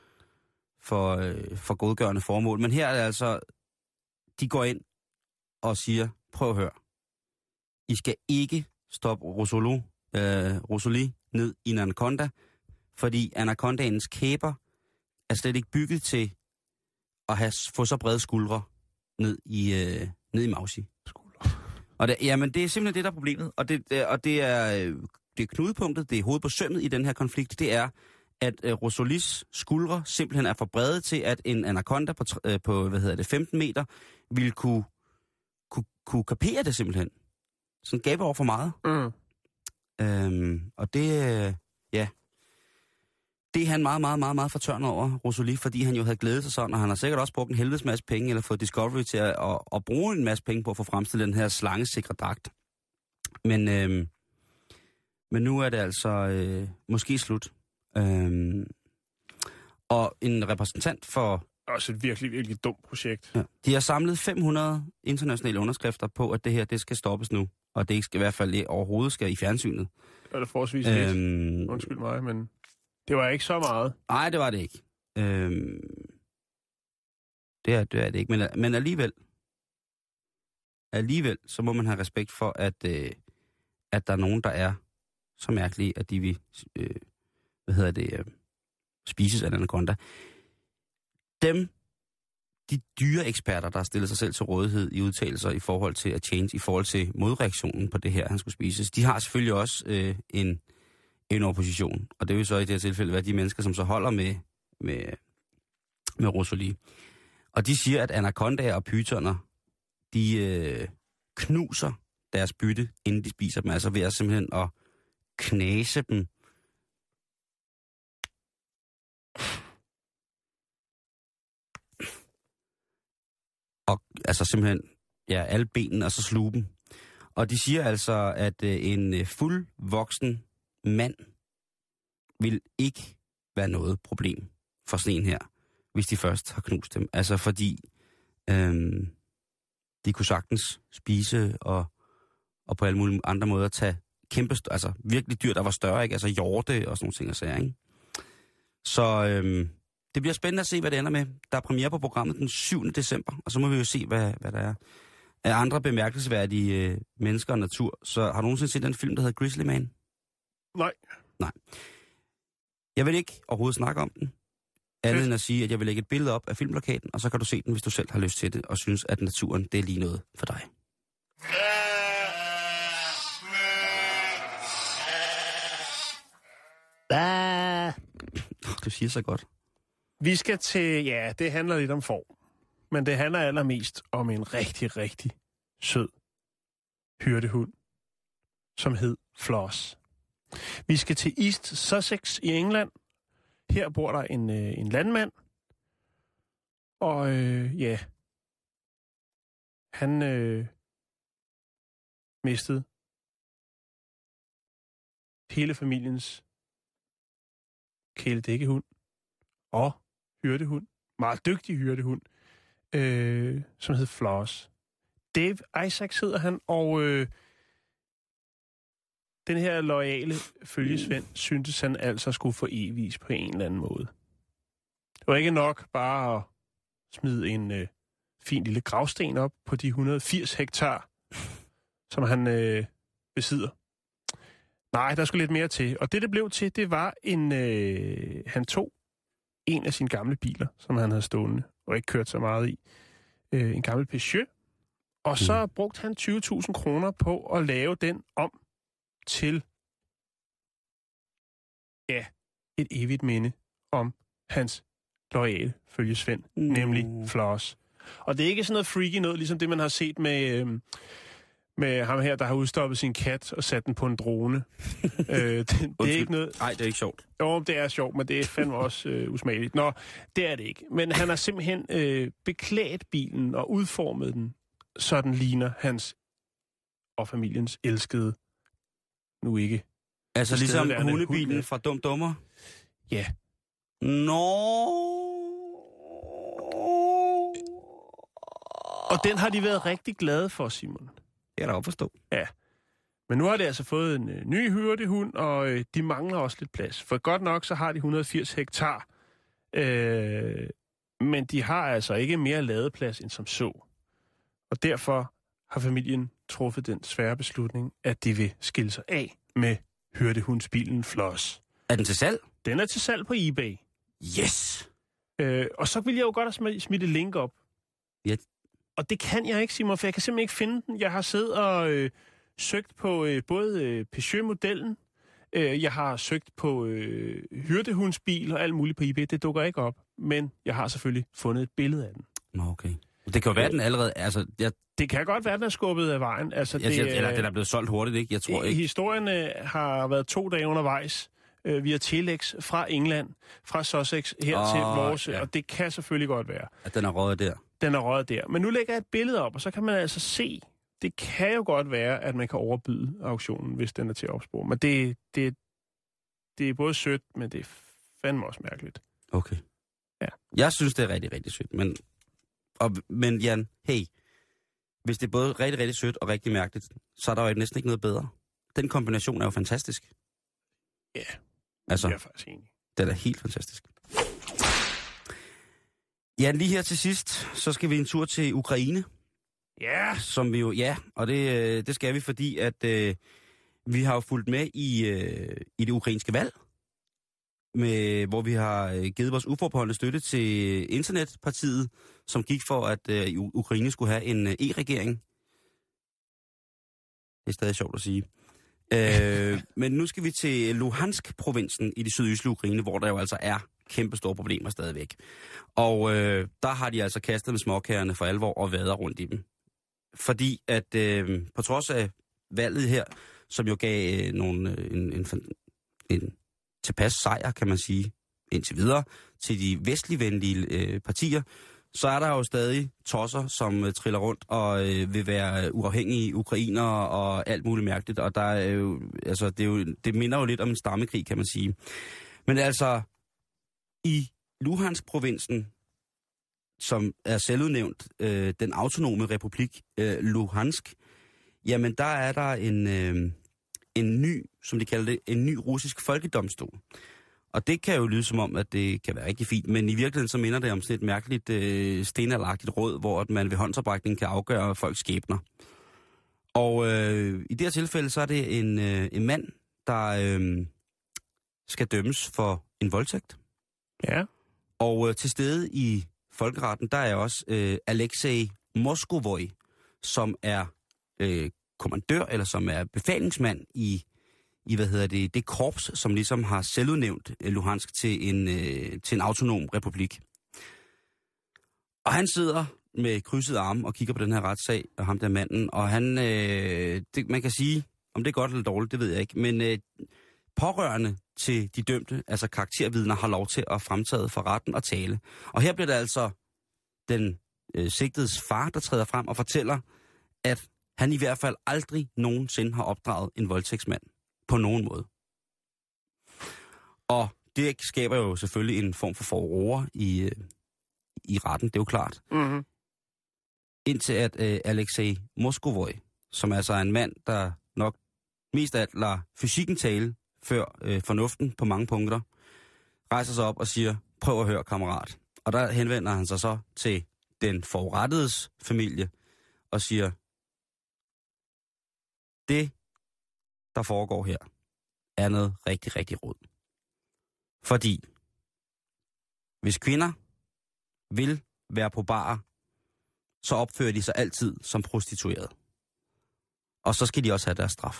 for godgørende formål. Men her er det altså, de går ind og siger, prøv at høre, I skal ikke stoppe Rosalie ned i en anaconda, fordi anacondaens kæber er slet ikke bygget til at få så brede skuldre ned i Mausi. Og det er simpelthen det, der er problemet. Og det er knudepunktet, det er hovedet på sømmet i den her konflikt, det er, at Rosalies skuldre simpelthen er for brede til, at en anaconda på 15 meter ville kunne kapere det simpelthen. Sådan gaber over for meget. Og det, det er han meget, meget, meget, meget fortørnet over, Rosalie, fordi han jo havde glædet sig sådan, og han har sikkert også brugt en helvedes masse penge, eller fået Discovery til at bruge en masse penge på at få fremstillet den her slangesikre dragt. Men nu er det altså måske slut. Og en repræsentant for... Også et virkelig, virkelig dumt projekt. Ja, de har samlet 500 internationale underskrifter på, at det her, det skal stoppes nu. Og det ikke skal i hvert fald overhovedet skal i fjernsynet. Det var det forholdsvis lidt. Undskyld mig, men det var ikke så meget. Nej, det var det ikke. Det er det ikke. Men alligevel, så må man have respekt for, at der er nogen, der er så mærkelige, at de vil, spises af en anaconda. de dyre eksperter, der har stillet sig selv til rådighed i udtalelser i forhold til at change, i forhold til modreaktionen på det her, han skulle spises, de har selvfølgelig også en opposition. Og det vil så i det her tilfælde være de mennesker, som så holder med Rosalie. Og de siger, at anakondaer og pytoner, de knuser deres bytte, inden de spiser dem. Altså ved at simpelthen at knase dem. Og altså simpelthen, ja, alle benene, og så sluge dem. Og de siger altså, at en fuldvoksen mand vil ikke være noget problem for sådan en her, hvis de først har knust dem. Altså fordi de kunne sagtens spise og på alle mulige andre måder tage altså virkelig dyr, der var større, ikke? Altså hjorte og sådan nogle ting og sager, ikke? Så det bliver spændende at se, hvad det ender med. Der er premiere på programmet den 7. december, og så må vi jo se, hvad der er af andre bemærkelsesværdige mennesker og natur. Så har du nogensinde set den film, der hedder Grizzly Man? Nej. Jeg vil ikke overhovedet snakke om den. Andet end at sige, at jeg vil lægge et billede op af filmplakaten, og så kan du se den, hvis du selv har lyst til det, og synes, at naturen, det er lige noget for dig. Du siger så godt. Vi skal til, ja, det handler lidt om får. Men det handler allermest om en rigtig, rigtig sød hyrdehund, som hed Floss. Vi skal til East Sussex i England. Her bor der en landmand. Og ja, han mistede hele familiens kæledækkehund og hyrdehund. Meget dygtig hyrdehund, som hed Floss. Dave Isaacs hedder han, og den her loyale følgesvend syntes han altså skulle få evigt på en eller anden måde. Det var ikke nok bare at smide en fin lille gravsten op på de 180 hektar, som han besidder. Nej, der skulle lidt mere til. Og det blev til, det var han tog en af sine gamle biler, som han havde stående og ikke kørt så meget i. En gammel Peugeot. Og så brugte han 20.000 kroner på at lave den om til, ja, et evigt minde om hans loyale følgesvend, nemlig Floss. Og det er ikke sådan noget freaky noget, ligesom det, man har set med ham her, der har udstoppet sin kat og sat den på en drone. Det er ikke noget... Nej, det er ikke sjovt. Jo, det er sjovt, men det er fandme også usmageligt. Nå, det er det ikke. Men han har simpelthen beklædt bilen og udformet den, så den ligner hans og familiens elskede, nu ikke. Altså ligesom hundebilen fra Dum Dummer? Ja. Og den har de været rigtig glade for, Simon. Jeg kan da godt forstå. Ja. Men nu har de altså fået en ny hyrdehund, og de mangler også lidt plads. For godt nok, så har de 180 hektar. Men de har altså ikke mere ladeplads end som så. Og derfor har familien truffet den svære beslutning, at de vil skille sig af med hyrdehundsbilen Floss. Er den til salg? Den er til salg på eBay. Yes! Og så vil jeg jo godt have smidt et link op. Ja. Og det kan jeg ikke, Simon, for jeg kan simpelthen ikke finde den. Jeg har siddet og søgt på både Peugeot-modellen, jeg har søgt på hyrdehundsbil og alt muligt på eBay. Det dukker ikke op, men jeg har selvfølgelig fundet et billede af den. Okay. Det kan jo være, den allerede... Altså, det kan godt være, den er skubbet af vejen. Altså, eller den er blevet solgt hurtigt, ikke? Jeg tror ikke. Historien har været 2 dage undervejs via Telex fra England, fra Sussex her til vores, ja. Og det kan selvfølgelig godt være. At den er røget der. Den er røget der. Men nu lægger jeg et billede op, og så kan man altså se, det kan jo godt være, at man kan overbyde auktionen, hvis den er til at opspore. Men det er både sødt, men det er fandme også mærkeligt. Okay. Ja. Jeg synes, det er rigtig, rigtig sødt. Men Jan, hey, hvis det er både rigtig, rigtig sødt og rigtig mærkeligt, så er der jo næsten ikke noget bedre. Den kombination er jo fantastisk. Ja, altså, det er faktisk enig. Det er da helt fantastisk. Jan, lige her til sidst, så skal vi en tur til Ukraine. Ja. Som vi jo, ja, og det skal vi, fordi at vi har jo fulgt med i det ukrainske valg. hvor vi har givet vores uforbeholdne støtte til Internetpartiet, som gik for, at Ukraine skulle have en e-regering. Det er stadig sjovt at sige. Men nu skal vi til Luhansk-provinsen i det sydøstlige Ukraine, hvor der jo altså er kæmpe store problemer stadigvæk. Og der har de altså kastet med småkagerne for alvor og vader rundt i dem. Fordi at på trods af valget her, som jo gav en tilpas sejr, kan man sige, indtil videre, til de vestligvenlige partier, så er der jo stadig tosser, som triller rundt og vil være uafhængige ukrainere og alt muligt mærkeligt. Og der er jo, altså, det minder jo lidt om en stammekrig, kan man sige. Men altså, i Luhansk-provinsen, som er selvudnævnt den autonome republik Luhansk, jamen der er der en ny, som de kalder det, en ny russisk folkedomstol. Og det kan jo lyde som om, at det kan være rigtig fint, men i virkeligheden så minder det om sådan et mærkeligt stenalderagtigt råd, hvor man ved håndsoprækning kan afgøre folks skæbner. Og i det her tilfælde, så er det en mand, der skal dømmes for en voldtægt. Ja. Og til stede i folkeretten, der er også Alexei Moskovoj, som er kommandør, eller som er befalingsmand i det korps, som ligesom har selvudnævnt Luhansk til en autonom republik. Og han sidder med krydsede arme og kigger på den her retssag, og ham der manden, og han, man kan sige, om det er godt eller dårligt, det ved jeg ikke, men pårørende til de dømte, altså karaktervidner, har lov til at fremtræde for retten og tale. Og her bliver det altså den sigtedes far, der træder frem og fortæller, at han i hvert fald aldrig nogensinde har opdraget en voldtægtsmand på nogen måde. Og det skaber jo selvfølgelig en form for furore i retten, det er jo klart. Mm-hmm. Indtil at Alexei Moskovoj, som altså er en mand, der nok mest af alt lader fysikken tale før fornuften på mange punkter, rejser sig op og siger, prøv at høre, kammerat. Og der henvender han sig så til den forurettedes familie og siger, det, der foregår her, er noget rigtig, rigtig rod. Fordi hvis kvinder vil være på barer, så opfører de sig altid som prostituerede. Og så skal de også have deres straf.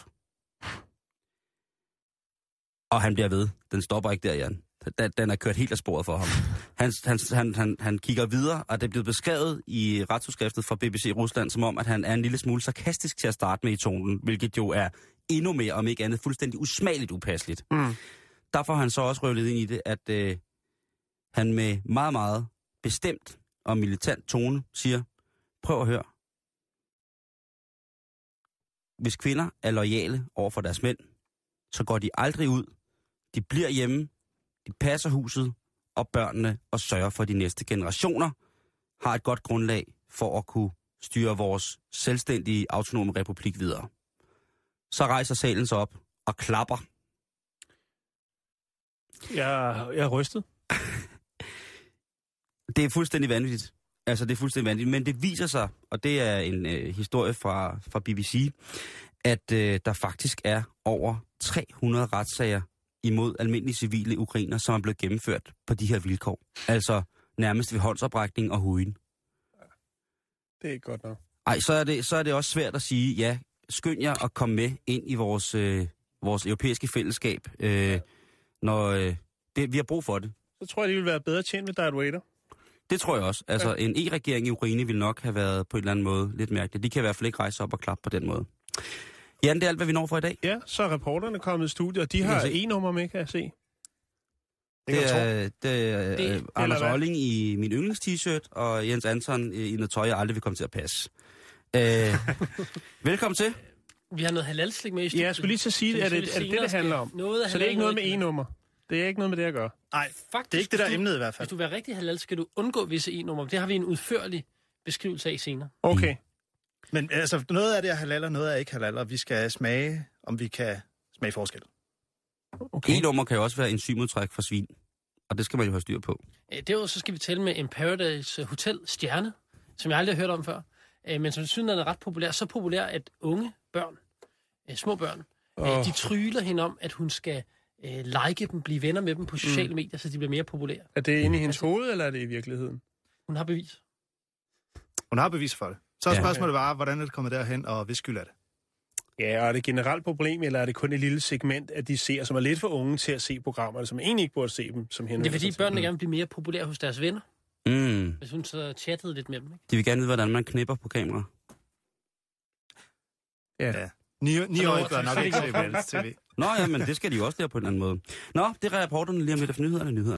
Og han bliver ved. Den stopper ikke der, Jan. Den er kørt helt af sporet for ham. Han kigger videre, og det er blevet beskrevet i retsudskriftet fra BBC Rusland, som om, at han er en lille smule sarkastisk til at starte med i tonen, hvilket jo er endnu mere, om ikke andet, fuldstændig usmageligt upasseligt. Mm. Derfor har han så også røvlet ind i det, at han med meget, meget bestemt og militant tone siger, prøv at høre. Hvis kvinder er loyale over for deres mænd, så går de aldrig ud. De bliver hjemme, de passer huset og børnene og sørger for, de næste generationer har et godt grundlag for at kunne styre vores selvstændige autonome republik videre. Så rejser salen sig op og klapper. Jeg er rystet. Det er fuldstændig vanvittigt. Altså, det er fuldstændig vanvittigt. Men det viser sig, og det er en historie fra BBC, at der faktisk er over 300 retssager imod almindelige civile ukrainer, som er blevet gennemført på de her vilkår. Altså nærmest ved håndsoprækning og huden. Det er ikke godt nok. Ej, så er det også svært at sige, ja, skynd jer at komme med ind i vores europæiske fællesskab, når vi har brug for det. Så tror jeg, de vil være bedre tjent med Darth Vader. Det tror jeg også. Altså, en e-regering i Ukraine vil nok have været på en eller anden måde lidt mærkeligt. De kan i hvert fald ikke rejse op og klappe på den måde. Jan, det er alt, hvad vi når for i dag. Ja, så er reporterne kommet i studiet, og de har e-nummer med, kan jeg se. Det er Anders Olling i min yndlings-t-shirt, og Jens Anton i noget tøj, jeg aldrig vil komme til at passe. Velkommen til. Vi har noget halalslik med i studiet. Ja, jeg skulle lige så sige det. Er det handler om? Så det er ikke noget med e-nummer? Det er ikke noget med det at gøre? Nej, faktisk, det er ikke det der emnet i hvert fald. Hvis du vil være rigtig halal, skal du undgå visse e-nummer. Det har vi en udførlig beskrivelse af senere. Okay. Men altså, noget af det er halal, og noget er ikke halal, og vi skal smage, om vi kan smage forskel. Okay. E-nummer kan jo også være enzymudtræk fra svin, og det skal man jo have styr på. Derudover så skal vi tale med en Paradise Hotel Stjerne, som jeg aldrig har hørt om før, men som synes, den er ret populær. Så populær, at unge børn, små børn, de tryller hende om, at hun skal like dem, blive venner med dem på sociale medier, så de bliver mere populære. Er det inde i hendes hoved, eller er det i virkeligheden? Hun har bevis. Hun har bevis for det. Så er spørgsmålet bare, hvordan er det kommet derhen, og hvis skyld er det? Ja, og er det et generelt problem, eller er det kun et lille segment, at de ser, som er lidt for unge til at se programmerne, som egentlig ikke burde se dem, som hende? Det er fordi børnene gerne vil blive mere populære hos deres venner. Hvis hun så chattede lidt med dem. Ikke? De vil gerne vide, hvordan man knipper på kamera. Ja. 9-årige bør nok ikke se TV. Nå ja, men det skal de jo også lære på en eller anden måde. Nå, det er rapporterne lige om lidt af nyhederne.